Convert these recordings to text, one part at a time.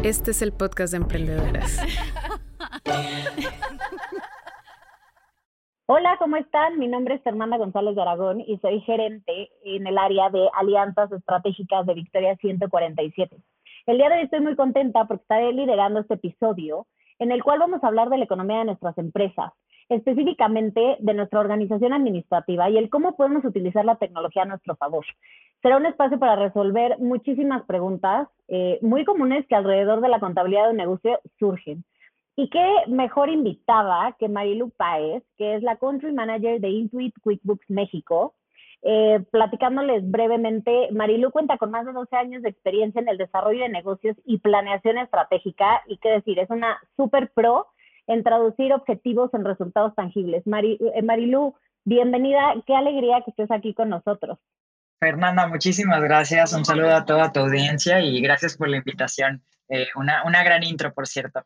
Este es el podcast de emprendedoras. Hola, ¿cómo están? Mi nombre es Fernanda González de Aragón y soy gerente en el área de alianzas estratégicas de Victoria 147. El día de hoy estoy muy contenta porque estaré liderando este episodio en el cual vamos a hablar de la economía de nuestras empresas, específicamente de nuestra organización administrativa y el cómo podemos utilizar la tecnología a nuestro favor. Será un espacio para resolver muchísimas preguntas muy comunes que alrededor de la contabilidad de un negocio surgen. Y qué mejor invitada que Marilu Páez, que es la Country Manager de Intuit QuickBooks México. Platicándoles brevemente, Marilu cuenta con más de 12 años de experiencia en el desarrollo de negocios y planeación estratégica, y qué decir, es una super pro en traducir objetivos en resultados tangibles. Marilu, bienvenida, qué alegría que estés aquí con nosotros. Fernanda, muchísimas gracias. Un saludo a toda tu audiencia y gracias por la invitación. Una gran intro, por cierto.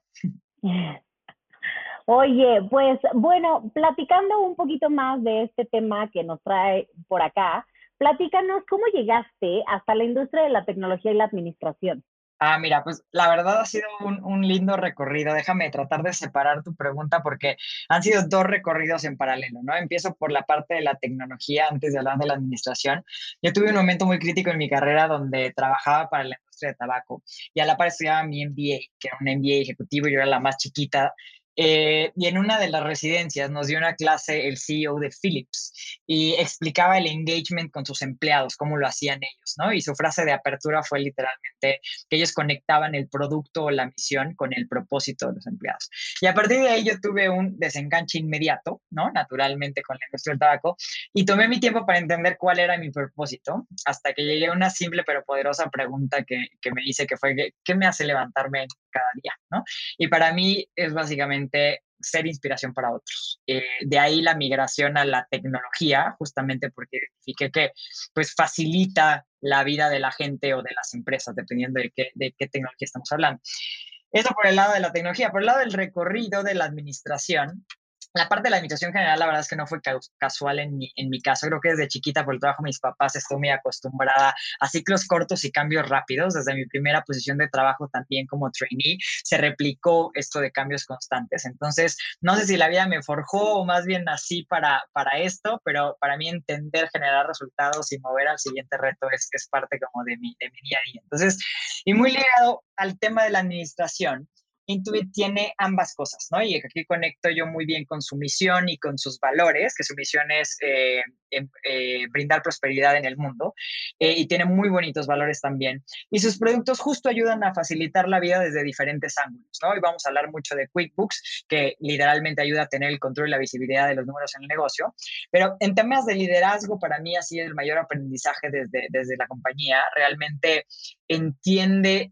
Oye, pues bueno, platicando un poquito más de este tema que nos trae por acá, platícanos cómo llegaste hasta la industria de la tecnología y la administración. Mira, pues la verdad ha sido un lindo recorrido. Déjame tratar de separar tu pregunta porque han sido dos recorridos en paralelo, ¿no? Empiezo por la parte de la tecnología antes de hablar de la administración. Yo tuve un momento muy crítico en mi carrera donde trabajaba para la industria de tabaco y a la par estudiaba mi MBA, que era un MBA ejecutivo, yo era la más chiquita. Y en una de las residencias nos dio una clase el CEO de Philips y explicaba el engagement con sus empleados, cómo lo hacían ellos, ¿no? Y su frase de apertura fue literalmente que ellos conectaban el producto o la misión con el propósito de los empleados. Y a partir de ahí yo tuve un desenganche inmediato, ¿no? Naturalmente con la industria del tabaco, y tomé mi tiempo para entender cuál era mi propósito, hasta que llegué a una simple pero poderosa pregunta que me hice, que fue, ¿qué me hace levantarme cada día, ¿no? Y para mí es básicamente ser inspiración para otros. De ahí la migración a la tecnología, justamente porque identifiqué que pues facilita la vida de la gente o de las empresas, dependiendo de qué tecnología estamos hablando. Eso por el lado de la tecnología. Por el lado del recorrido de la administración, la parte de la administración general, la verdad es que no fue casual en mi caso. Creo que desde chiquita, por el trabajo de mis papás, estoy muy acostumbrada a ciclos cortos y cambios rápidos. Desde mi primera posición de trabajo también como trainee, se replicó esto de cambios constantes. Entonces, no sé si la vida me forjó o más bien nací para esto, pero para mí entender, generar resultados y mover al siguiente reto es parte como de mi día a día. Entonces, y muy ligado al tema de la administración, Intuit tiene ambas cosas, ¿no? Y aquí conecto yo muy bien con su misión y con sus valores, que su misión es brindar prosperidad en el mundo, y tiene muy bonitos valores también. Y sus productos justo ayudan a facilitar la vida desde diferentes ángulos, ¿no? Y vamos a hablar mucho de QuickBooks, que literalmente ayuda a tener el control y la visibilidad de los números en el negocio. Pero en temas de liderazgo, para mí ha sido el mayor aprendizaje desde la compañía. Realmente entiende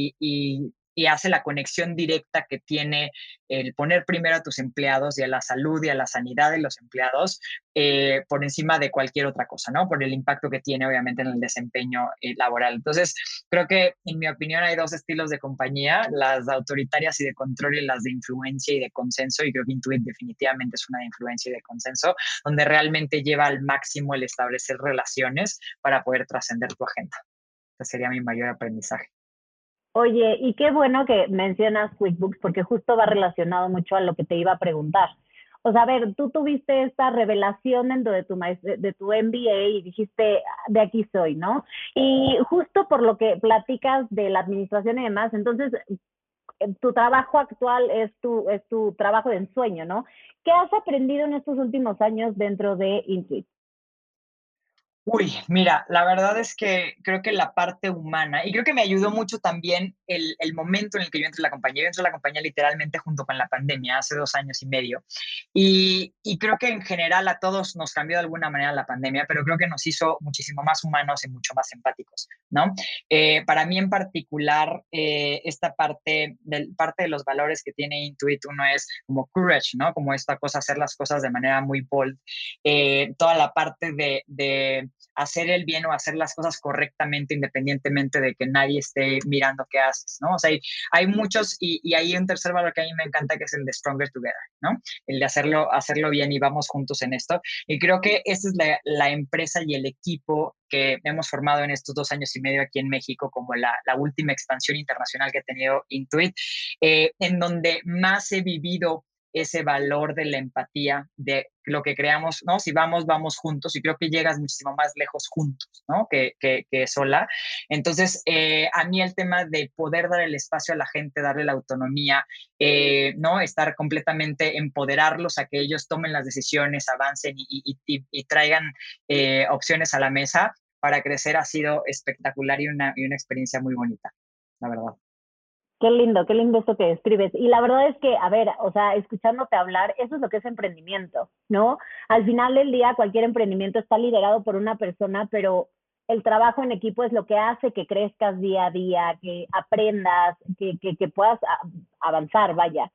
y hace la conexión directa que tiene el poner primero a tus empleados y a la salud y a la sanidad de los empleados por encima de cualquier otra cosa, ¿no? Por el impacto que tiene, obviamente, en el desempeño laboral. Entonces, creo que, en mi opinión, hay dos estilos de compañía, las autoritarias y de control y las de influencia y de consenso, y creo que Intuit definitivamente es una de influencia y de consenso, donde realmente lleva al máximo el establecer relaciones para poder trascender tu agenda. Ese sería mi mayor aprendizaje. Oye, y qué bueno que mencionas QuickBooks porque justo va relacionado mucho a lo que te iba a preguntar. O sea, a ver, tú tuviste esta revelación dentro de tu MBA y dijiste, de aquí soy, ¿no? Y justo por lo que platicas de la administración y demás, entonces tu trabajo actual es tu trabajo de ensueño, ¿no? ¿Qué has aprendido en estos últimos años dentro de Intuit? Uy, mira, la verdad es que creo que la parte humana, y creo que me ayudó mucho también el momento en el que yo entré a la compañía. Yo entré a la compañía literalmente junto con la pandemia, hace 2 años y medio. Y creo que en general a todos nos cambió de alguna manera la pandemia, pero creo que nos hizo muchísimo más humanos y mucho más empáticos, ¿no? Para mí en particular, esta parte de los valores que tiene Intuit, uno es como courage, ¿no? Como esta cosa, hacer las cosas de manera muy bold. Toda la parte de hacer el bien o hacer las cosas correctamente independientemente de que nadie esté mirando qué haces, ¿no? O sea, hay muchos, y hay un tercer valor que a mí me encanta, que es el de Stronger Together, ¿no? El de hacerlo bien y vamos juntos en esto. Y creo que esta es la empresa y el equipo que hemos formado en estos 2 años y medio aquí en México, como la última expansión internacional que ha tenido Intuit, en donde más he vivido ese valor de la empatía, de lo que creamos, ¿no? Si vamos juntos, y creo que llegas muchísimo más lejos juntos, ¿no? Que sola. Entonces, a mí el tema de poder dar el espacio a la gente, darle la autonomía, ¿no? Estar completamente, empoderarlos a que ellos tomen las decisiones, avancen y traigan opciones a la mesa para crecer, ha sido espectacular y una experiencia muy bonita, la verdad. Qué lindo esto que describes. Y la verdad es que, a ver, o sea, escuchándote hablar, eso es lo que es emprendimiento, ¿no? Al final del día, cualquier emprendimiento está liderado por una persona, pero el trabajo en equipo es lo que hace que crezcas día a día, que aprendas, que puedas avanzar, vaya.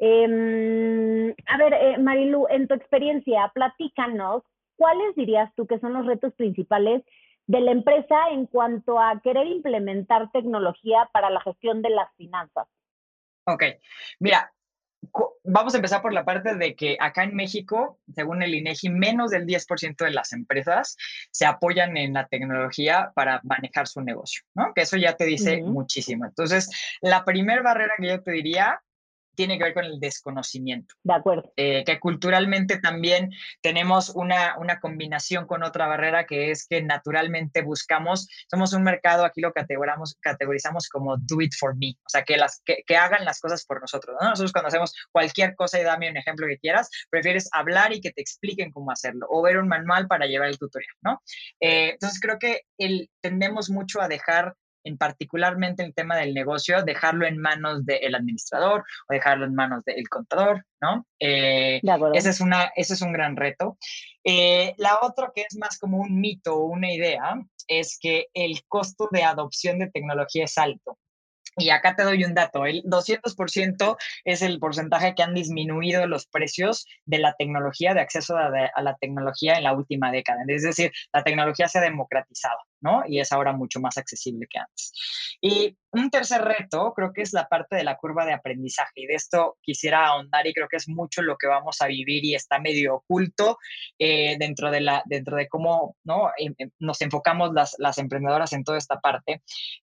A ver, Marilu, en tu experiencia, platícanos, ¿cuáles dirías tú que son los retos principales de la empresa en cuanto a querer implementar tecnología para la gestión de las finanzas? Ok, mira, vamos a empezar por la parte de que acá en México, según el INEGI, menos del 10% de las empresas se apoyan en la tecnología para manejar su negocio, ¿no? Que eso ya te dice muchísimo. Entonces, la primera barrera que yo te diría tiene que ver con el desconocimiento. De acuerdo. Que culturalmente también tenemos una combinación con otra barrera, que es que naturalmente somos un mercado, aquí lo categorizamos como do it for me, o sea, que hagan las cosas por nosotros, ¿no? Nosotros cuando hacemos cualquier cosa, y dame un ejemplo que quieras, prefieres hablar y que te expliquen cómo hacerlo, o ver un manual para llevar el tutorial, ¿no? Entonces creo que tendemos mucho a dejar, en particularmente el tema del negocio, dejarlo en manos del administrador o dejarlo en manos del contador, ¿no? De acuerdo. Ese es un gran reto. La otra, que es más como un mito o una idea, es que el costo de adopción de tecnología es alto. Y acá te doy un dato, el 200% es el porcentaje que han disminuido los precios de la tecnología, de acceso a la tecnología en la última década. Es decir, la tecnología se ha democratizado, ¿no? Y es ahora mucho más accesible que antes. Y un tercer reto, creo que es la parte de la curva de aprendizaje. Y de esto quisiera ahondar, y creo que es mucho lo que vamos a vivir y está medio oculto dentro de cómo, ¿no? Nos enfocamos las emprendedoras en toda esta parte.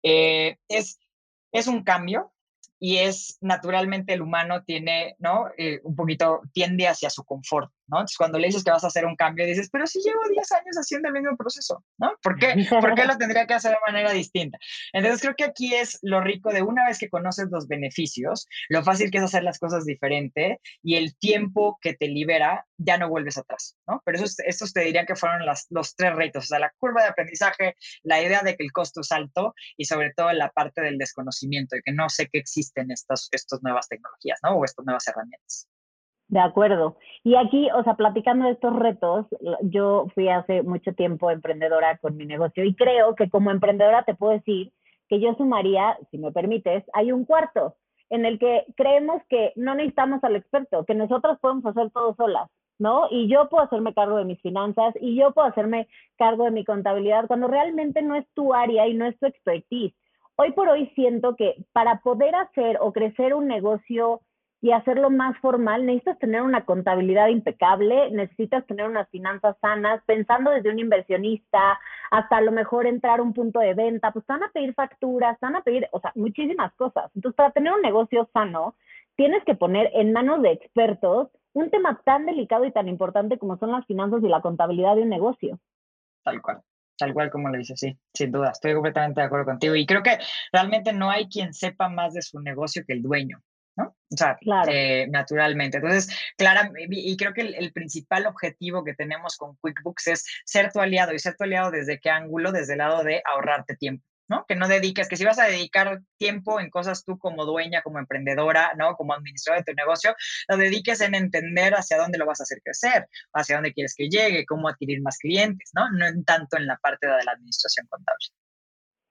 Es un cambio, y es naturalmente el humano tiene, ¿no? Un poquito tiende hacia su confort, ¿no? Entonces, cuando le dices que vas a hacer un cambio, dices, pero si llevo 10 años haciendo el mismo proceso, ¿no? ¿Por qué lo tendría que hacer de manera distinta? Entonces, creo que aquí es lo rico de, una vez que conoces los beneficios, lo fácil que es hacer las cosas diferente, y el tiempo que te libera, ya no vuelves atrás, ¿no? Pero estos te diría que fueron los tres retos, o sea, la curva de aprendizaje, la idea de que el costo es alto, y sobre todo la parte del desconocimiento, de que no sé que existen estas nuevas tecnologías, ¿no? O estas nuevas herramientas. De acuerdo. Y aquí, o sea, platicando de estos retos, yo fui hace mucho tiempo emprendedora con mi negocio, y creo que como emprendedora te puedo decir que yo sumaría, si me permites, hay un cuarto en el que creemos que no necesitamos al experto, que nosotros podemos hacer todo solas, ¿no? Y yo puedo hacerme cargo de mis finanzas, y yo puedo hacerme cargo de mi contabilidad, cuando realmente no es tu área y no es tu expertise. Hoy por hoy siento que para poder hacer o crecer un negocio y hacerlo más formal, necesitas tener una contabilidad impecable, necesitas tener unas finanzas sanas, pensando desde un inversionista, hasta a lo mejor entrar a un punto de venta, pues te van a pedir facturas, te van a pedir, o sea, muchísimas cosas. Entonces, para tener un negocio sano, tienes que poner en manos de expertos un tema tan delicado y tan importante como son las finanzas y la contabilidad de un negocio. Tal cual como lo dices, sí, sin duda, estoy completamente de acuerdo contigo, y creo que realmente no hay quien sepa más de su negocio que el dueño, ¿no? O sea, Claro. naturalmente. Entonces, claro, y creo que el principal objetivo que tenemos con QuickBooks es ser tu aliado, y ser tu aliado ¿desde qué ángulo? Desde el lado de ahorrarte tiempo, ¿no? Que no dediques, que si vas a dedicar tiempo en cosas tú como dueña, como emprendedora, ¿no? Como administradora de tu negocio, lo dediques en entender hacia dónde lo vas a hacer crecer, hacia dónde quieres que llegue, cómo adquirir más clientes, ¿no? No en tanto en la parte de la administración contable.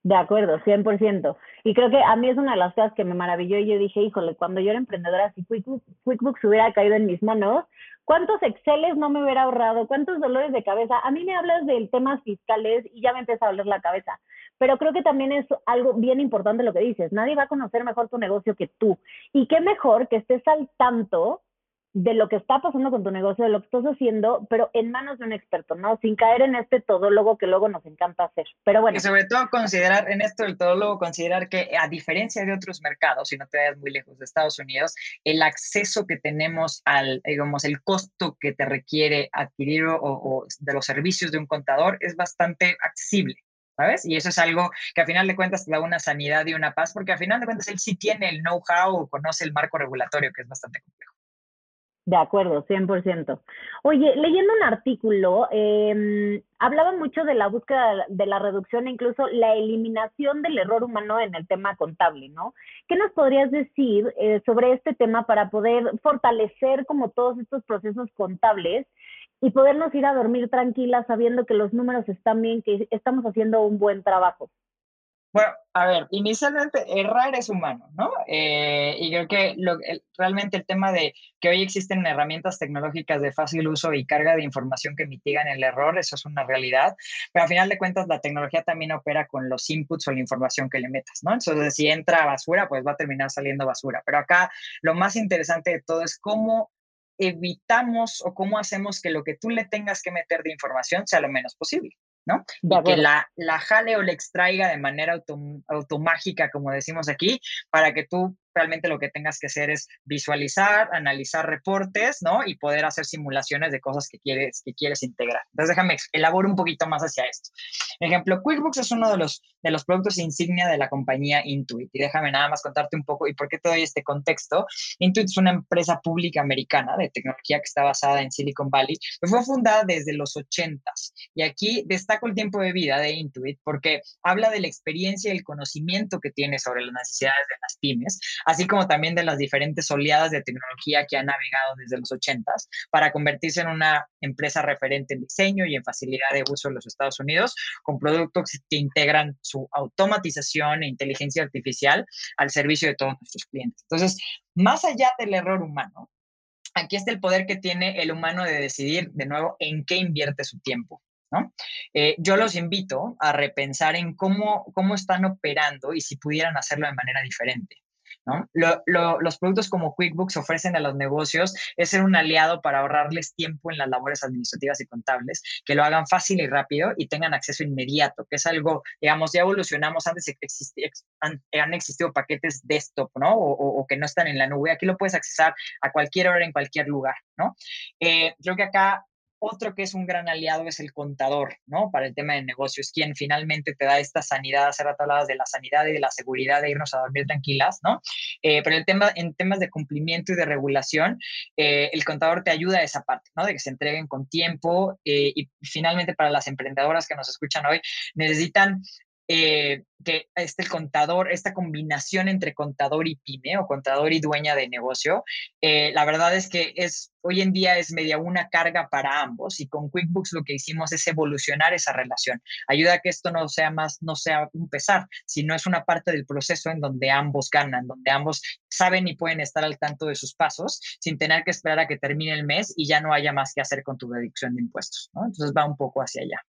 De acuerdo, 100%. Y creo que a mí es una de las cosas que me maravilló y yo dije, híjole, cuando yo era emprendedora, si QuickBooks hubiera caído en mis manos, ¿cuántos Exceles no me hubiera ahorrado? ¿Cuántos dolores de cabeza? A mí me hablas de temas fiscales y ya me empieza a doler la cabeza. Pero creo que también es algo bien importante lo que dices. Nadie va a conocer mejor tu negocio que tú. Y qué mejor que estés al tanto de lo que está pasando con tu negocio, de lo que estás haciendo, pero en manos de un experto, ¿no? Sin caer en este todólogo que luego nos encanta hacer. Pero Y bueno, sobre todo considerar en esto del todo, luego considerar que a diferencia de otros mercados, si no te vayas muy lejos de Estados Unidos, el acceso que tenemos al, digamos, el costo que te requiere adquirir o de los servicios de un contador es bastante accesible. ¿Sabes? Y eso es algo que a final de cuentas te da una sanidad y una paz, porque a final de cuentas él sí tiene el know-how o conoce el marco regulatorio, que es bastante complejo. de acuerdo, 100%. Oye, leyendo un artículo, hablaban mucho de la búsqueda de la reducción e incluso la eliminación del error humano en el tema contable, ¿no? ¿Qué nos podrías decir sobre este tema para poder fortalecer como todos estos procesos contables y podernos ir a dormir tranquilas sabiendo que los números están bien, que estamos haciendo un buen trabajo? Bueno, a ver, inicialmente errar es humano, ¿no? Y creo que realmente el tema de que hoy existen herramientas tecnológicas de fácil uso y carga de información que mitigan el error, eso es una realidad, pero al final de cuentas la tecnología también opera con los inputs o la información que le metas, ¿no? Entonces, si entra basura, pues va a terminar saliendo basura. Pero acá lo más interesante de todo es cómo evitamos o cómo hacemos que lo que tú le tengas que meter de información sea lo menos posible. ¿No? De Y que acuerdo. la jale o la extraiga de manera automágica, como decimos aquí, para que tú realmente lo que tengas que hacer es visualizar, analizar reportes, ¿no? Y poder hacer simulaciones de cosas que quieres integrar. Entonces, déjame elaborar un poquito más hacia esto. Ejemplo, QuickBooks es uno de los productos insignia de la compañía Intuit. Y déjame nada más contarte un poco y por qué te doy este contexto. Intuit es una empresa pública americana de tecnología que está basada en Silicon Valley, que fue fundada desde los 80s. Y aquí destaco el tiempo de vida de Intuit porque habla de la experiencia y el conocimiento que tiene sobre las necesidades de las pymes, así como también de las diferentes oleadas de tecnología que ha navegado desde los 80s para convertirse en una empresa referente en diseño y en facilidad de uso en los Estados Unidos, con productos que integran su automatización e inteligencia artificial al servicio de todos nuestros clientes. Entonces, más allá del error humano, aquí está el poder que tiene el humano de decidir de nuevo en qué invierte su tiempo. ¿No? Yo los invito a repensar en cómo están operando y si pudieran hacerlo de manera diferente. ¿No? Los productos como QuickBooks ofrecen a los negocios es ser un aliado para ahorrarles tiempo en las labores administrativas y contables, que lo hagan fácil y rápido y tengan acceso inmediato, que es algo, digamos, ya evolucionamos, antes han existido paquetes desktop, ¿no? O que no están en la nube, aquí lo puedes accesar a cualquier hora, en cualquier lugar, ¿no? Creo que acá otro que es un gran aliado es el contador, ¿no? Para el tema de negocios, quien finalmente te da esta sanidad, hace rato hablabas de la sanidad y de la seguridad de irnos a dormir tranquilas, ¿no? Pero en temas de cumplimiento y de regulación, el contador te ayuda a esa parte, ¿no? De que se entreguen con tiempo y finalmente para las emprendedoras que nos escuchan hoy, necesitan que el contador, esta combinación entre contador y pyme o contador y dueña de negocio, la verdad es que hoy en día es media una carga para ambos y con QuickBooks lo que hicimos es evolucionar esa relación. Ayuda a que esto no sea un pesar, sino es una parte del proceso en donde ambos ganan, donde ambos saben y pueden estar al tanto de sus pasos sin tener que esperar a que termine el mes y ya no haya más que hacer con tu deducción de impuestos, ¿no? Entonces va un poco hacia allá.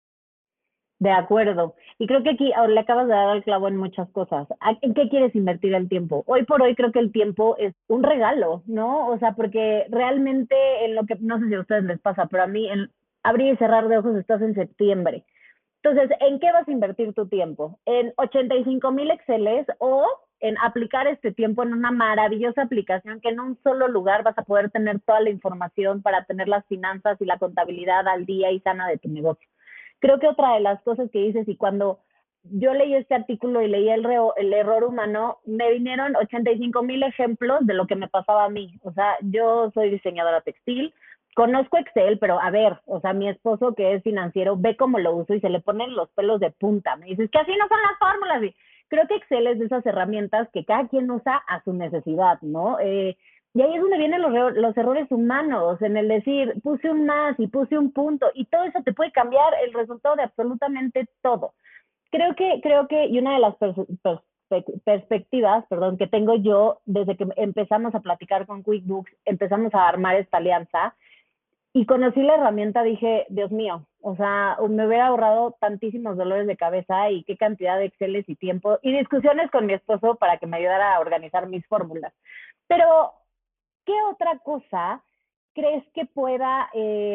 De acuerdo. Y creo que aquí ahora le acabas de dar el clavo en muchas cosas. ¿En qué quieres invertir el tiempo? Hoy por hoy creo que el tiempo es un regalo, ¿no? O sea, porque realmente en lo que, no sé si a ustedes les pasa, pero a mí en abrir y cerrar de ojos estás en septiembre. Entonces, ¿en qué vas a invertir tu tiempo? ¿En 85,000 Exceles o en aplicar este tiempo en una maravillosa aplicación que en un solo lugar vas a poder tener toda la información para tener las finanzas y la contabilidad al día y sana de tu negocio? Creo que otra de las cosas que dices, y cuando yo leí este artículo y leí el error humano, me vinieron 85,000 ejemplos de lo que me pasaba a mí. O sea, yo soy diseñadora textil, conozco Excel, pero a ver, o sea, mi esposo que es financiero ve cómo lo uso y se le ponen los pelos de punta. Me dices que así no son las fórmulas. Y creo que Excel es de esas herramientas que cada quien usa a su necesidad, ¿no? Y ahí es donde vienen los errores humanos, en el decir, puse un más y puse un punto, y todo eso te puede cambiar el resultado de absolutamente todo. Creo que, y una de las perspectivas, perdón, que tengo yo desde que empezamos a platicar con QuickBooks, empezamos a armar esta alianza y conocí la herramienta, dije, Dios mío, o sea, me hubiera ahorrado tantísimos dolores de cabeza y qué cantidad de Exceles y tiempo y discusiones con mi esposo para que me ayudara a organizar mis fórmulas. Pero, ¿qué otra cosa crees que pueda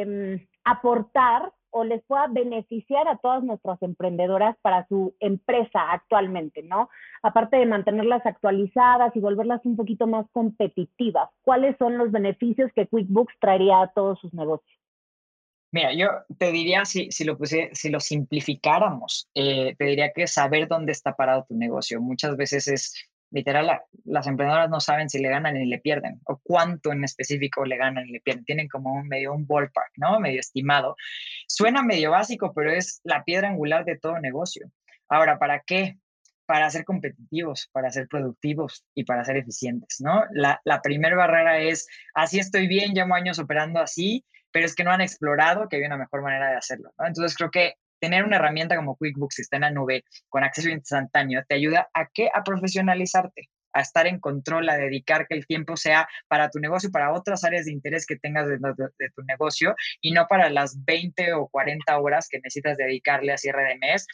aportar o les pueda beneficiar a todas nuestras emprendedoras para su empresa actualmente, ¿no? Aparte de mantenerlas actualizadas y volverlas un poquito más competitivas, ¿cuáles son los beneficios que QuickBooks traería a todos sus negocios? Mira, yo te diría, si lo simplificáramos, te diría que saber dónde está parado tu negocio. Muchas veces es literal, las emprendedoras no saben si le ganan ni le pierden, o cuánto en específico le ganan y le pierden. Tienen como un ballpark, ¿no? Medio estimado. Suena medio básico, pero es la piedra angular de todo negocio. Ahora, ¿para qué? Para ser competitivos, para ser productivos y para ser eficientes, ¿no? La primera barrera es, así estoy bien, llevo años operando así, pero es que no han explorado que hay una mejor manera de hacerlo, ¿no? Entonces creo que tener una herramienta como QuickBooks que está en la nube con acceso instantáneo te ayuda a qué? A profesionalizarte, a estar en control, a dedicar que el tiempo sea para tu negocio, para otras áreas de interés que tengas de tu negocio y no para las 20 o 40 horas que necesitas dedicarle a cierre de mes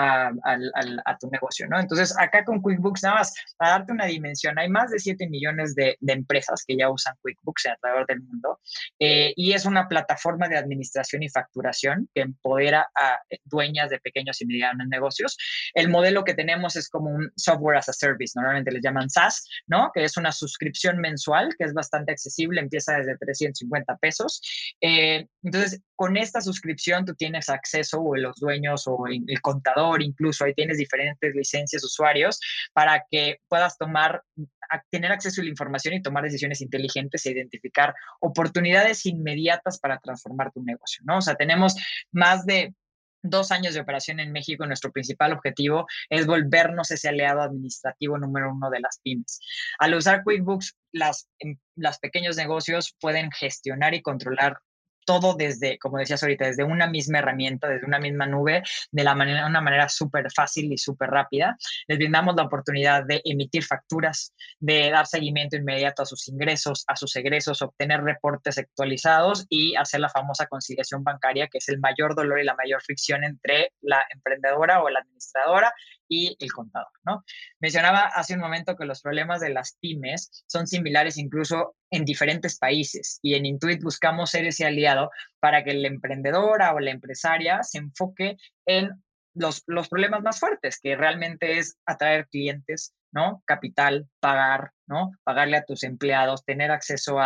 a tu negocio, ¿no? Entonces, acá con QuickBooks, nada más, para darte una dimensión, hay más de 7 millones de empresas que ya usan QuickBooks alrededor del mundo. Y es una plataforma de administración y facturación que empodera a dueñas de pequeños y medianos negocios. El modelo que tenemos es como un software as a service, normalmente les llaman SaaS, ¿no? Que es una suscripción mensual que es bastante accesible, empieza desde 350 pesos. Entonces, con esta suscripción tú tienes acceso, o los dueños, o el contador, incluso ahí tienes diferentes licencias usuarios para que puedas tener acceso a la información y tomar decisiones inteligentes e identificar oportunidades inmediatas para transformar tu negocio, ¿no? O sea, tenemos más de 2 años de operación en México. Nuestro principal objetivo es volvernos ese aliado administrativo número uno de las pymes. Al usar QuickBooks, las pequeños negocios pueden gestionar y controlar todo desde, como decías ahorita, desde una misma herramienta, desde una misma nube, una manera súper fácil y súper rápida. Les brindamos la oportunidad de emitir facturas, de dar seguimiento inmediato a sus ingresos, a sus egresos, obtener reportes actualizados y hacer la famosa conciliación bancaria, que es el mayor dolor y la mayor fricción entre la emprendedora o la administradora y el contador, ¿no? Mencionaba hace un momento que los problemas de las pymes son similares incluso en diferentes países, y en Intuit buscamos ser ese aliado para que la emprendedora o la empresaria se enfoque en los problemas más fuertes, que realmente es atraer clientes, ¿no? Capital, pagar, ¿no? Pagarle a tus empleados, tener acceso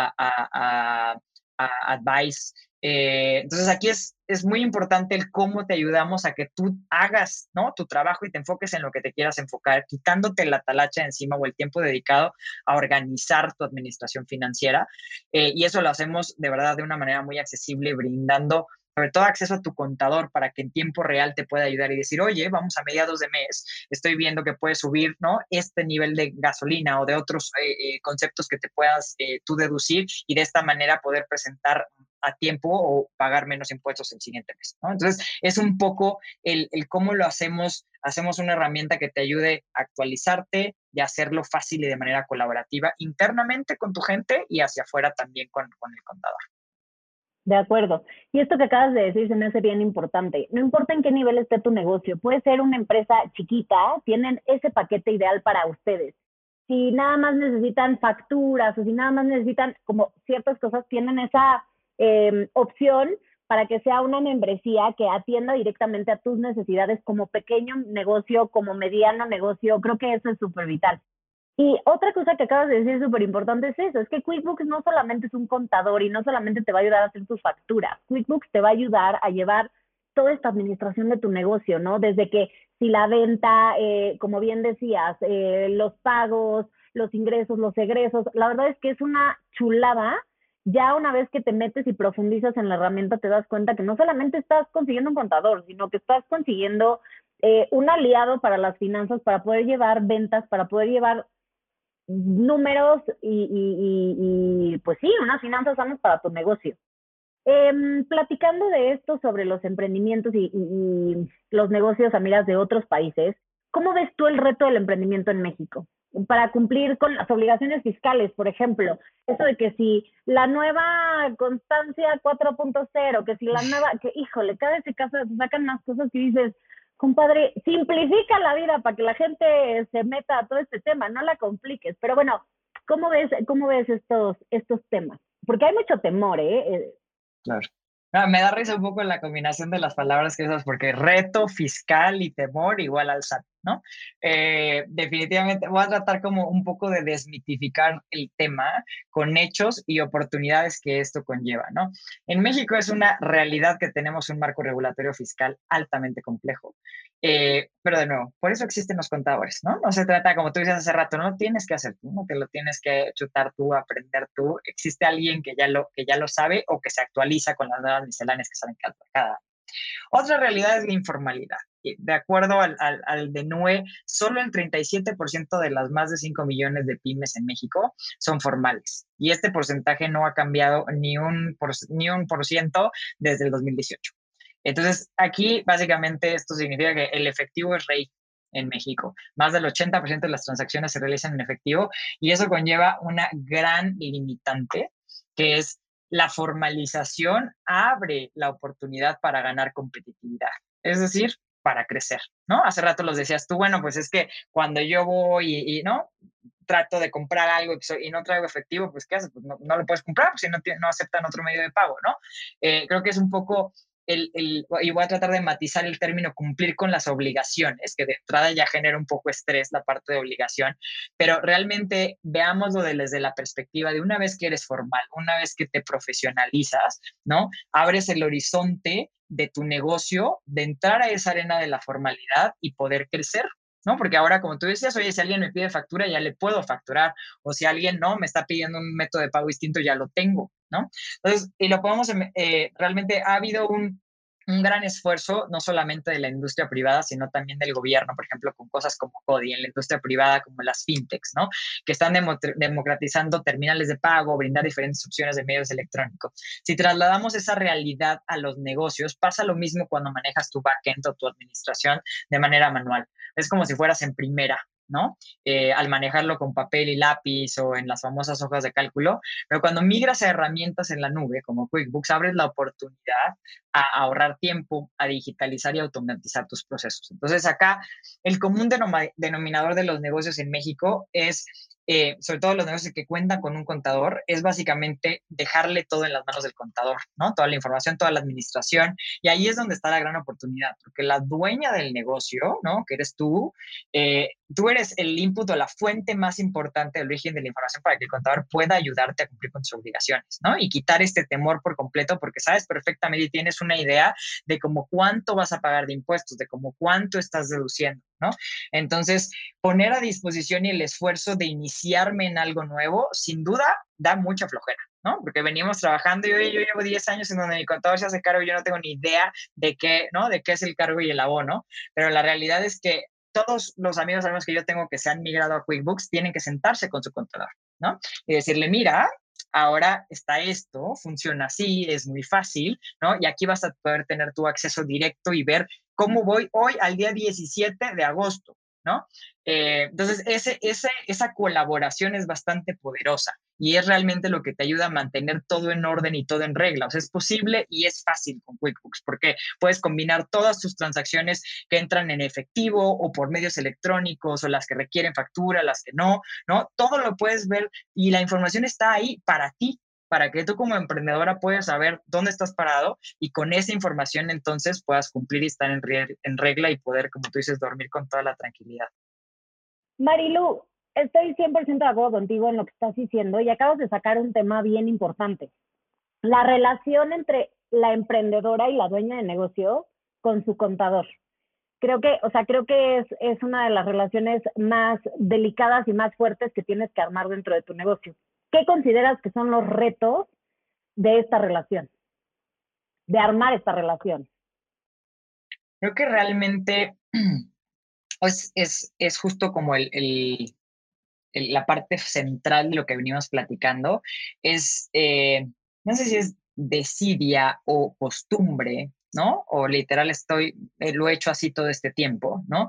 a advice. Entonces aquí es muy importante el cómo te ayudamos a que tú hagas, ¿no? Tu trabajo y te enfoques en lo que te quieras enfocar, quitándote la talacha encima o el tiempo dedicado a organizar tu administración financiera. Y eso lo hacemos de verdad de una manera muy accesible, brindando sobre todo acceso a tu contador para que en tiempo real te pueda ayudar y decir, oye, vamos a mediados de mes, estoy viendo que puedes subir, ¿no? Este nivel de gasolina o de otros conceptos que te puedas tú deducir, y de esta manera poder presentar a tiempo o pagar menos impuestos el siguiente mes, ¿no? Entonces, es un poco el cómo lo hacemos una herramienta que te ayude a actualizarte y a hacerlo fácil y de manera colaborativa internamente con tu gente y hacia afuera también con el contador. De acuerdo. Y esto que acabas de decir se me hace bien importante. No importa en qué nivel esté tu negocio, puede ser una empresa chiquita, tienen ese paquete ideal para ustedes. Si nada más necesitan facturas o si nada más necesitan como ciertas cosas, tienen esa opción para que sea una membresía que atienda directamente a tus necesidades como pequeño negocio, como mediano negocio. Creo que eso es súper vital. Y otra cosa que acabas de decir súper importante es eso, es que QuickBooks no solamente es un contador y no solamente te va a ayudar a hacer tus facturas, QuickBooks te va a ayudar a llevar toda esta administración de tu negocio, ¿no? Desde que si la venta, como bien decías, los pagos, los ingresos, los egresos, la verdad es que es una chulada. Ya una vez que te metes y profundizas en la herramienta, te das cuenta que no solamente estás consiguiendo un contador, sino que estás consiguiendo un aliado para las finanzas, para poder llevar ventas, para poder llevar números y pues sí, unas finanzas sanas para tu negocio. Platicando de esto sobre los emprendimientos y los negocios a miras de otros países, ¿cómo ves tú el reto del emprendimiento en México? Para cumplir con las obligaciones fiscales, por ejemplo, eso de que si la nueva constancia 4.0, que si la nueva, que híjole, cada vez se sacan más cosas que dices, compadre, simplifica la vida para que la gente se meta a todo este tema, no la compliques. Pero bueno, cómo ves estos temas? Porque hay mucho temor, ¿eh? Claro. Me da risa un poco la combinación de las palabras que esas, porque reto fiscal y temor igual al SAT, ¿no? Definitivamente voy a tratar como un poco de desmitificar el tema con hechos y oportunidades que esto conlleva, ¿no? En México es una realidad que tenemos un marco regulatorio fiscal altamente complejo. Pero de nuevo, por eso existen los contadores, ¿no? No se trata, como tú dices hace rato, no lo tienes que hacer tú, no te lo tienes que chutar tú, aprender tú. Existe alguien que ya lo sabe o que se actualiza con las nuevas misceláneas que salen cada año. Otra realidad es la informalidad. De acuerdo al DNUE, solo el 37% de las más de 5 millones de pymes en México son formales. Y este porcentaje no ha cambiado ni un por ciento desde el 2018. Entonces, aquí básicamente esto significa que el efectivo es rey en México. Más del 80% de las transacciones se realizan en efectivo y eso conlleva una gran limitante que es la formalización abre la oportunidad para ganar competitividad, es decir, para crecer, ¿no? Hace rato los decías tú, bueno, pues es que cuando yo voy ¿no? Trato de comprar algo y no traigo efectivo, pues ¿qué haces? Pues no lo puedes comprar, pues si no aceptan otro medio de pago, ¿no? Creo que es un poco y voy a tratar de matizar el término cumplir con las obligaciones, que de entrada ya genera un poco estrés la parte de obligación, pero realmente veámoslo desde la perspectiva de una vez que eres formal, una vez que te profesionalizas, ¿no? Abres el horizonte de tu negocio, de entrar a esa arena de la formalidad y poder crecer, ¿no? Porque ahora, como tú decías, oye, si alguien me pide factura, ya le puedo facturar, o si alguien no me está pidiendo un método de pago distinto, ya lo tengo, ¿no? Entonces, y lo podemos, realmente ha habido un gran esfuerzo, no solamente de la industria privada, sino también del gobierno, por ejemplo, con cosas como CODI, en la industria privada como las fintechs, ¿no? Que están democratizando terminales de pago, brindar diferentes opciones de medios electrónicos. Si trasladamos esa realidad a los negocios, pasa lo mismo cuando manejas tu backend o tu administración de manera manual. Es como si fueras en primera, ¿no? Al manejarlo con papel y lápiz o en las famosas hojas de cálculo, pero cuando migras a herramientas en la nube como QuickBooks, abres la oportunidad a ahorrar tiempo, a digitalizar y automatizar tus procesos. Entonces acá el común denominador de los negocios en México es, sobre todo los negocios que cuentan con un contador, es básicamente dejarle todo en las manos del contador, ¿no? Toda la información, toda la administración, y ahí es donde está la gran oportunidad, porque la dueña del negocio, ¿no? Que eres tú eres el input o la fuente más importante del origen de la información para que el contador pueda ayudarte a cumplir con tus obligaciones, ¿no? Y quitar este temor por completo porque sabes perfectamente y tienes una idea de cómo cuánto vas a pagar de impuestos, de cómo cuánto estás deduciendo, ¿no? Entonces, poner a disposición y el esfuerzo de iniciarme en algo nuevo, sin duda, da mucha flojera, ¿no? Porque venimos trabajando y yo llevo 10 años en donde mi contador se hace cargo y yo no tengo ni idea de qué, ¿no? De qué es el cargo y el abono, pero la realidad es que todos los amigos que yo tengo que se han migrado a QuickBooks tienen que sentarse con su contador, ¿no? Y decirle, mira, ahora está esto, funciona así, es muy fácil, ¿no? Y aquí vas a poder tener tu acceso directo y ver cómo voy hoy al día 17 de agosto, ¿no? Entonces, esa colaboración es bastante poderosa y es realmente lo que te ayuda a mantener todo en orden y todo en regla. O sea, es posible y es fácil con QuickBooks porque puedes combinar todas tus transacciones que entran en efectivo o por medios electrónicos o las que requieren factura, las que no, ¿no? Todo lo puedes ver y la información está ahí para ti, para que tú como emprendedora puedas saber dónde estás parado y con esa información entonces puedas cumplir y estar en regla y poder, como tú dices, dormir con toda la tranquilidad. Marilu, estoy 100% de acuerdo contigo en lo que estás diciendo y acabas de sacar un tema bien importante. La relación entre la emprendedora y la dueña de negocio con su contador. Creo que es una de las relaciones más delicadas y más fuertes que tienes que armar dentro de tu negocio. ¿Qué consideras que son los retos de esta relación, de armar esta relación? Creo que realmente es justo como la parte central de lo que venimos platicando. Es, no sé si es desidia o costumbre, ¿no? O literal lo he hecho así todo este tiempo, ¿no?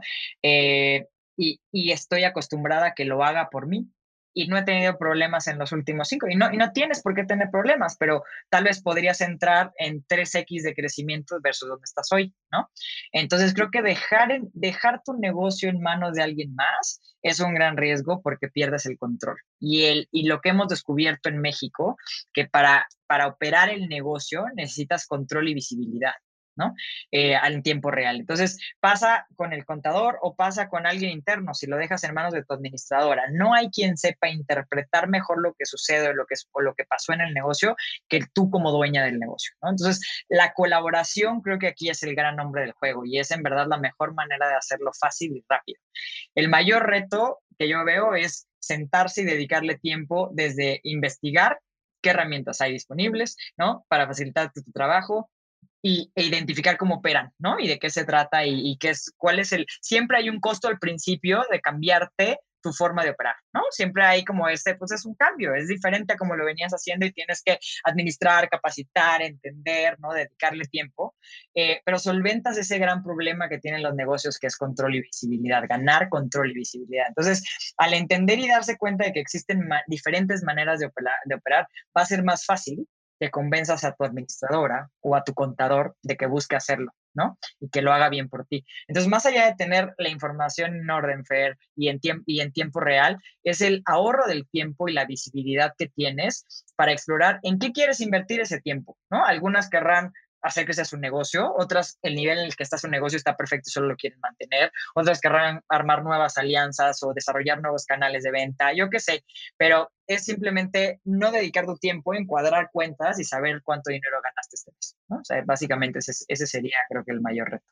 Y estoy acostumbrada a que lo haga por mí. Y no he tenido problemas en los últimos 5. Y no tienes por qué tener problemas, pero tal vez podrías entrar en 3x de crecimiento versus donde estás hoy, ¿no? Entonces creo que dejar tu negocio en manos de alguien más es un gran riesgo porque pierdes el control. Y lo que hemos descubierto en México, que para operar el negocio necesitas control y visibilidad, ¿no? Al tiempo real. Entonces, pasa con el contador o pasa con alguien interno si lo dejas en manos de tu administradora. No hay quien sepa interpretar mejor lo que sucede o lo que pasó en el negocio que tú como dueña del negocio, ¿no? Entonces, la colaboración creo que aquí es el gran nombre del juego y es en verdad la mejor manera de hacerlo fácil y rápido. El mayor reto que yo veo es sentarse y dedicarle tiempo desde investigar qué herramientas hay disponibles, ¿no? Para facilitarte tu trabajo, e identificar cómo operan, ¿no? Y de qué se trata y cuál es siempre hay un costo al principio de cambiarte tu forma de operar, ¿no? Siempre hay como pues es un cambio, es diferente a como lo venías haciendo y tienes que administrar, capacitar, entender, ¿no? Dedicarle tiempo, pero solventas ese gran problema que tienen los negocios que es control y visibilidad, ganar control y visibilidad. Entonces, al entender y darse cuenta de que existen diferentes maneras de operar, va a ser más fácil que convenzas a tu administradora o a tu contador de que busque hacerlo, ¿no? Y que lo haga bien por ti. Entonces, más allá de tener la información en orden, Fer, y en tiempo real, es el ahorro del tiempo y la visibilidad que tienes para explorar en qué quieres invertir ese tiempo, ¿no? Algunas querrán hacer que sea su negocio, otras el nivel en el que está su negocio está perfecto y solo lo quieren mantener, otras querrán armar nuevas alianzas o desarrollar nuevos canales de venta, yo qué sé, pero es simplemente no dedicar tu tiempo en cuadrar cuentas y saber cuánto dinero ganaste este mes, ¿no? O sea, básicamente ese sería, creo que, el mayor reto.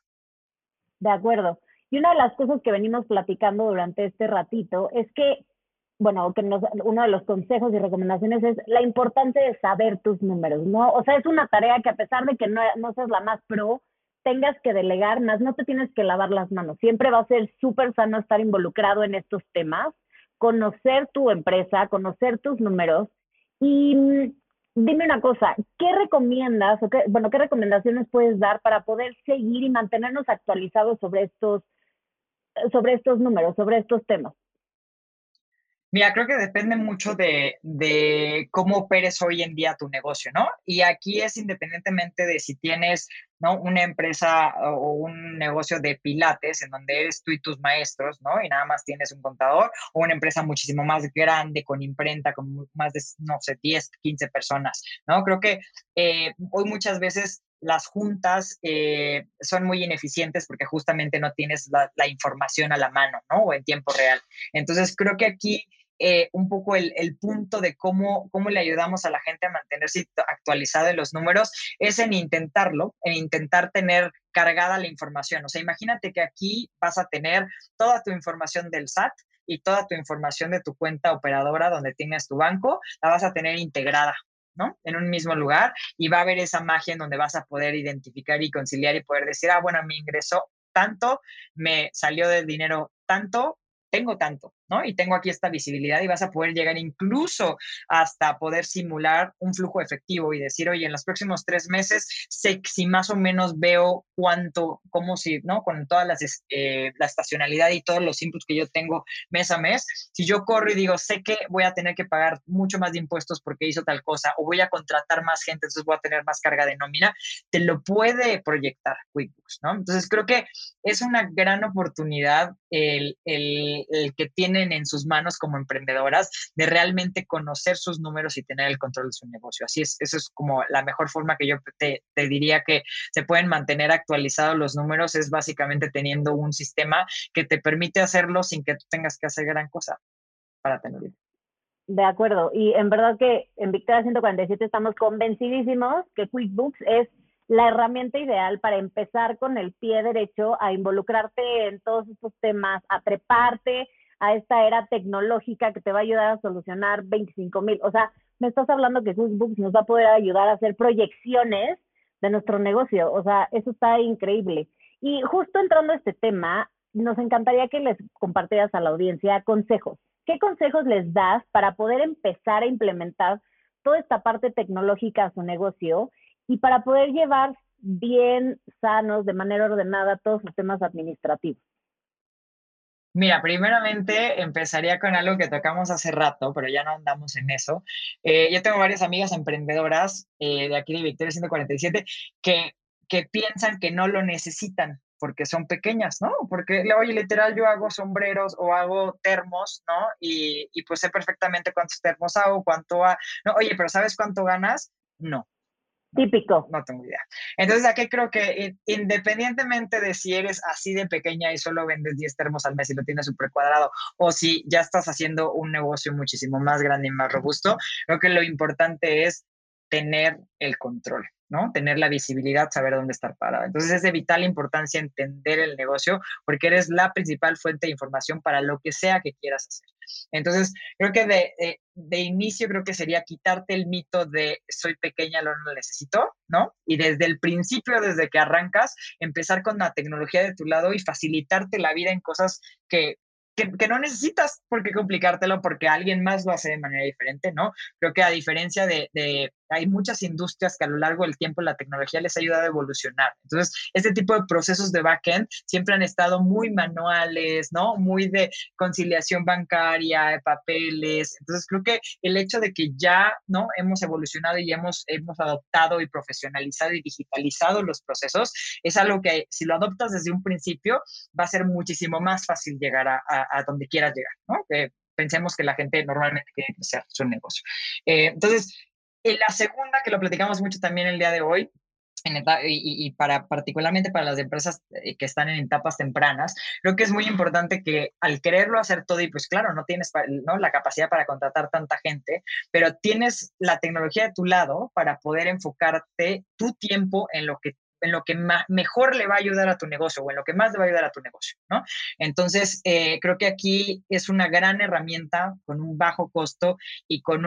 De acuerdo. Y una de las cosas que venimos platicando durante este ratito es que, bueno, uno de los consejos y recomendaciones es la importancia de saber tus números, ¿no? O sea, es una tarea que a pesar de que no seas la más pro, tengas que delegar, más no te tienes que lavar las manos. Siempre va a ser súper sano estar involucrado en estos temas, conocer tu empresa, conocer tus números y dime una cosa, ¿qué recomiendas qué recomendaciones puedes dar para poder seguir y mantenernos actualizados sobre estos números, sobre estos temas? Mira, creo que depende mucho de cómo operes hoy en día tu negocio, ¿no? Y aquí es independientemente de si tienes, ¿no? Una empresa o un negocio de pilates en donde eres tú y tus maestros, ¿no? Y nada más tienes un contador, o una empresa muchísimo más grande, con imprenta, con más de, no sé, 10, 15 personas, ¿no? Creo que hoy muchas veces las juntas son muy ineficientes porque justamente no tienes la información a la mano, ¿no? O en tiempo real. Entonces, creo que aquí un poco el punto de cómo le ayudamos a la gente a mantenerse actualizada en los números es en intentarlo, en intentar tener cargada la información. O sea, imagínate que aquí vas a tener toda tu información del SAT y toda tu información de tu cuenta operadora donde tienes tu banco, la vas a tener integrada, ¿no? En un mismo lugar, y va a haber esa magia en donde vas a poder identificar y conciliar y poder decir, bueno, me ingresó tanto, me salió del dinero tanto, tengo tanto, ¿no? Y tengo aquí esta visibilidad y vas a poder llegar incluso hasta poder simular un flujo efectivo y decir, oye, en los próximos 3 meses, sé si más o menos veo cuánto, como si, ¿no? Con toda la estacionalidad y todos los inputs que yo tengo mes a mes, si yo corro y digo, sé que voy a tener que pagar mucho más de impuestos porque hizo tal cosa, o voy a contratar más gente, entonces voy a tener más carga de nómina, te lo puede proyectar QuickBooks, ¿no? Entonces creo que es una gran oportunidad el que tienen en sus manos como emprendedoras de realmente conocer sus números y tener el control de su negocio. Así es, eso es como la mejor forma que yo te diría que se pueden mantener actualizados los números, es básicamente teniendo un sistema que te permite hacerlo sin que tú tengas que hacer gran cosa para tenerlo. De acuerdo. Y en verdad que en Victoria 147 estamos convencidísimos que QuickBooks es la herramienta ideal para empezar con el pie derecho a involucrarte en todos estos temas, a treparte a esta era tecnológica que te va a ayudar a solucionar 25,000. O sea, me estás hablando que QuickBooks nos va a poder ayudar a hacer proyecciones de nuestro negocio. O sea, eso está increíble. Y justo entrando a este tema, nos encantaría que les compartieras a la audiencia consejos. ¿Qué consejos les das para poder empezar a implementar toda esta parte tecnológica a su negocio y para poder llevar bien sanos, de manera ordenada, todos sus temas administrativos? Mira, primeramente empezaría con algo que tocamos hace rato, pero ya no andamos en eso. Yo tengo varias amigas emprendedoras de aquí de Victoria 147 que, que piensan que no lo necesitan porque son pequeñas, ¿no? Porque, oye, literal, yo hago sombreros o hago termos, ¿no? Y pues sé perfectamente cuántos termos hago, No, oye, pero ¿sabes cuánto ganas? No. No, Típico. no tengo idea. Entonces, aquí creo que independientemente de si eres así de pequeña y solo vendes 10 termos al mes y lo tienes súper cuadrado, o si ya estás haciendo un negocio muchísimo más grande y más robusto, creo que lo importante es tener el control, ¿no? Tener la visibilidad, saber dónde estar parado. Entonces, es de vital importancia entender el negocio porque eres la principal fuente de información para lo que sea que quieras hacer. Entonces, creo que de inicio creo que sería quitarte el mito de soy pequeña, lo no necesito, ¿no? Y desde el principio, desde que arrancas, empezar con la tecnología de tu lado y facilitarte la vida en cosas que no necesitas por qué complicártelo porque alguien más lo hace de manera diferente, ¿no? Creo que a diferencia hay muchas industrias que a lo largo del tiempo la tecnología les ha ayudado a evolucionar. Entonces, este tipo de procesos de backend siempre han estado muy manuales, ¿no? Muy de conciliación bancaria, de papeles. Entonces, creo que el hecho de que ya, ¿no? Hemos evolucionado y hemos adoptado y profesionalizado y digitalizado los procesos, es algo que si lo adoptas desde un principio, va a ser muchísimo más fácil llegar a donde quieras llegar, ¿no? Pensemos que la gente normalmente quiere crecer su negocio. Entonces, en la segunda, que lo platicamos mucho también el día de hoy, particularmente para las empresas que están en etapas tempranas, creo que es muy importante que al quererlo hacer todo, y pues claro, no tienes, ¿no?, la capacidad para contratar tanta gente, pero tienes la tecnología de tu lado para poder enfocarte tu tiempo en lo que mejor le va a ayudar a tu negocio o en lo que más le va a ayudar a tu negocio, ¿no? Entonces, creo que aquí es una gran herramienta con un bajo costo y con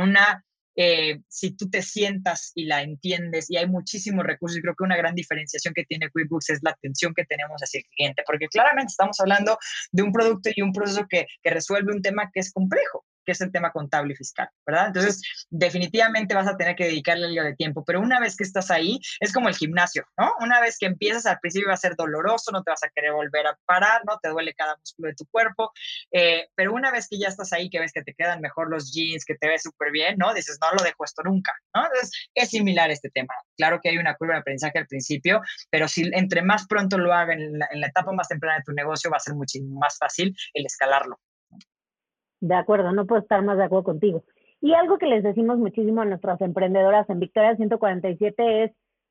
si tú te sientas y la entiendes, y hay muchísimos recursos, y creo que una gran diferenciación que tiene QuickBooks es la atención que tenemos hacia el cliente, porque claramente estamos hablando de un producto y un proceso que resuelve un tema que es complejo, que es el tema contable y fiscal, ¿verdad? Entonces, definitivamente vas a tener que dedicarle algo de tiempo, pero una vez que estás ahí, es como el gimnasio, ¿no? Una vez que empiezas, al principio va a ser doloroso, no te vas a querer volver a parar, ¿no? Te duele cada músculo de tu cuerpo, pero una vez que ya estás ahí, que ves que te quedan mejor los jeans, que te ves súper bien, ¿no? Dices, no lo dejo esto nunca, ¿no? Entonces, es similar este tema. Claro que hay una curva de aprendizaje al principio, pero si entre más pronto lo hagan en la etapa más temprana de tu negocio, va a ser muchísimo más fácil el escalarlo. De acuerdo, no puedo estar más de acuerdo contigo. Y algo que les decimos muchísimo a nuestras emprendedoras en Victoria 147 es,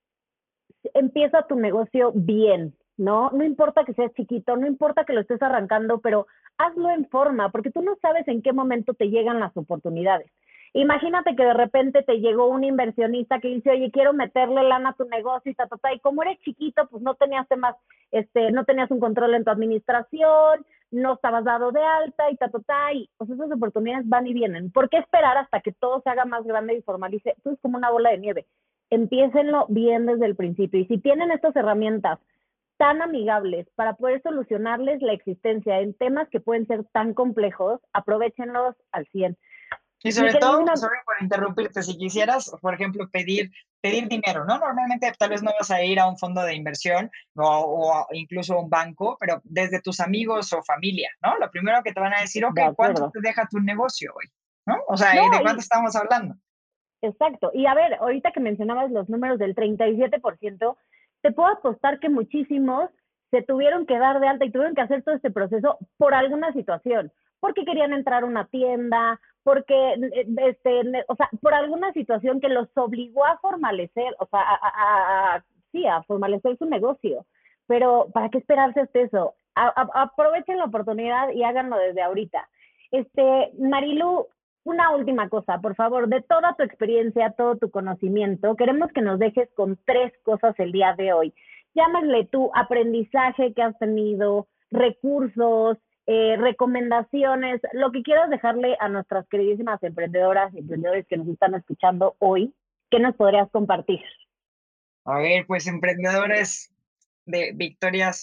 empieza tu negocio bien, ¿no? No importa que seas chiquito, no importa que lo estés arrancando, pero hazlo en forma, porque tú no sabes en qué momento te llegan las oportunidades. Imagínate que de repente te llegó un inversionista que dice, oye, quiero meterle lana a tu negocio y como eres chiquito, pues no tenías temas, no tenías un control en tu administración, no estabas dado de alta y pues esas oportunidades van y vienen. ¿Por qué esperar hasta que todo se haga más grande y formalice? Tú es como una bola de nieve. Empiécenlo bien desde el principio. Y si tienen estas herramientas tan amigables para poder solucionarles la existencia en temas que pueden ser tan complejos, aprovéchenlos al 100. Y Mi sobre todo, queridísima, sorry por interrumpirte, si quisieras, por ejemplo, pedir dinero, ¿no? Normalmente tal vez no vas a ir a un fondo de inversión o incluso a un banco, pero desde tus amigos o familia, ¿no? Lo primero que te van a decir, ok, de ¿cuánto acuerdo. te deja tu negocio hoy? ¿No? O sea, No, ¿de cuánto y estamos hablando? exacto. Y a ver, ahorita que mencionabas los números del 37%, te puedo apostar que muchísimos se tuvieron que dar de alta y tuvieron que hacer todo este proceso por alguna situación, porque querían entrar a una tienda, porque, o sea, por alguna situación que los obligó a formalecer, o sea, sí, a formalecer su negocio. Pero, ¿para qué esperarse hasta eso? Aprovechen la oportunidad y háganlo desde ahorita. Marilu, una última cosa, por favor, de toda tu experiencia, todo tu conocimiento, queremos que nos dejes con 3 cosas el día de hoy. Llámale tú aprendizaje que has tenido, recursos, recomendaciones, lo que quieras dejarle a nuestras queridísimas emprendedoras y emprendedores que nos están escuchando hoy, ¿qué nos podrías compartir? A ver, pues emprendedores de Victoria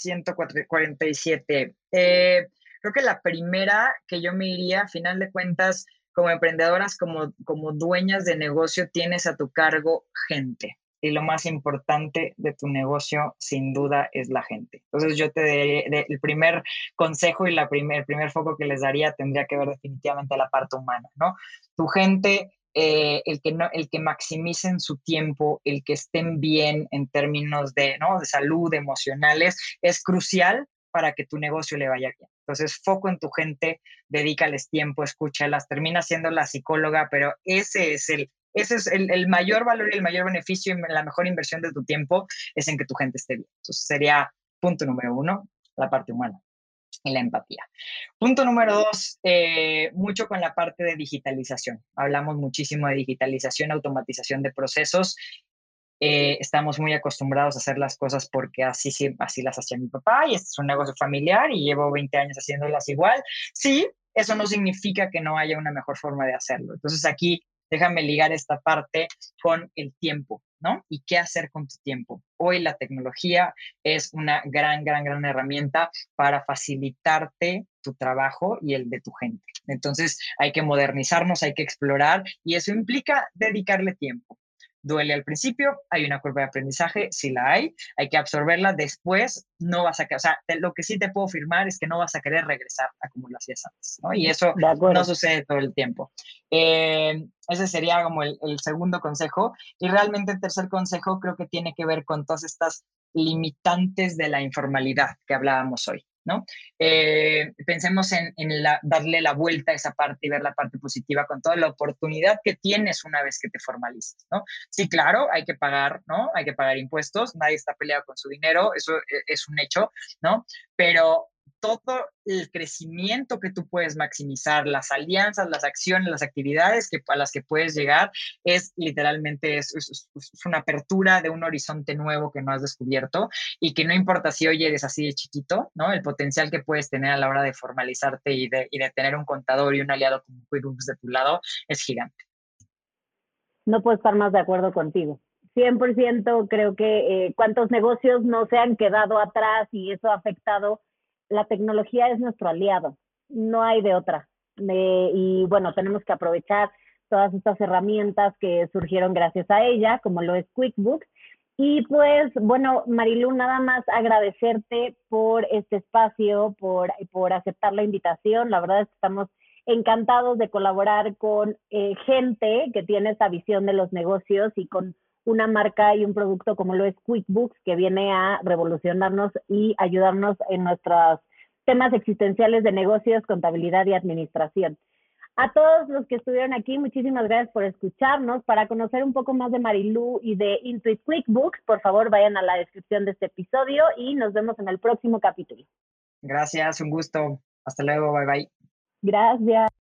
147. Creo que la primera que yo me iría, a final de cuentas, como emprendedoras, como dueñas de negocio, tienes a tu cargo gente. Y lo más importante de tu negocio, sin duda, es la gente. Entonces, yo te daré el primer consejo y el primer foco que les daría tendría que ver definitivamente la parte humana, ¿no? Tu gente, el que maximicen su tiempo, el que estén bien en términos de, ¿no?, de salud, emocionales, es crucial para que tu negocio le vaya bien. Entonces, foco en tu gente, dedícales tiempo, escúchalas, termina siendo la psicóloga, pero ese es el mayor valor y el mayor beneficio y la mejor inversión de tu tiempo es en que tu gente esté bien. Entonces, sería punto número 1, la parte humana y la empatía. Punto número 2, mucho con la parte de digitalización. Hablamos muchísimo de digitalización, automatización de procesos. Estamos muy acostumbrados a hacer las cosas porque así las hacía mi papá y este es un negocio familiar y llevo 20 años haciéndolas igual. Sí, eso no significa que no haya una mejor forma de hacerlo. Entonces aquí déjame ligar esta parte con el tiempo, ¿no? Y qué hacer con tu tiempo. Hoy la tecnología es una gran, gran, gran herramienta para facilitarte tu trabajo y el de tu gente. Entonces hay que modernizarnos, hay que explorar y eso implica dedicarle tiempo. Duele al principio, hay una curva de aprendizaje, sí la hay que absorberla, después no vas a, o sea, lo que sí te puedo afirmar es que no vas a querer regresar a como lo hacías antes, ¿no? Y eso De no acuerdo. sucede todo el tiempo. Ese sería como el segundo consejo. Y realmente el tercer consejo creo que tiene que ver con todas estas limitantes de la informalidad que hablábamos hoy, ¿no? Pensemos en darle la vuelta a esa parte y ver la parte positiva con toda la oportunidad que tienes una vez que te formalizas, ¿no? Sí, claro, hay que pagar, ¿no? Hay que pagar impuestos, nadie está peleado con su dinero, eso es un hecho, ¿no? Pero todo el crecimiento que tú puedes maximizar, las alianzas, las acciones, las actividades a las que puedes llegar, es literalmente es una apertura de un horizonte nuevo que no has descubierto y que no importa si hoy eres así de chiquito, ¿no? El potencial que puedes tener a la hora de formalizarte y de tener un contador y un aliado como QuickBooks de tu lado es gigante. No puedo estar más de acuerdo contigo. 100% creo que cuántos negocios no se han quedado atrás y eso ha afectado. La tecnología es nuestro aliado, no hay de otra. Y bueno, tenemos que aprovechar todas estas herramientas que surgieron gracias a ella, como lo es QuickBooks. Y pues, bueno, Marilu, nada más agradecerte por este espacio, por aceptar la invitación. La verdad es que estamos encantados de colaborar con gente que tiene esa visión de los negocios y con una marca y un producto como lo es QuickBooks, que viene a revolucionarnos y ayudarnos en nuestros temas existenciales de negocios, contabilidad y administración. A todos los que estuvieron aquí, muchísimas gracias por escucharnos. Para conocer un poco más de Marilu y de Intuit QuickBooks, por favor vayan a la descripción de este episodio y nos vemos en el próximo capítulo. Gracias, un gusto. Hasta luego, bye bye. Gracias.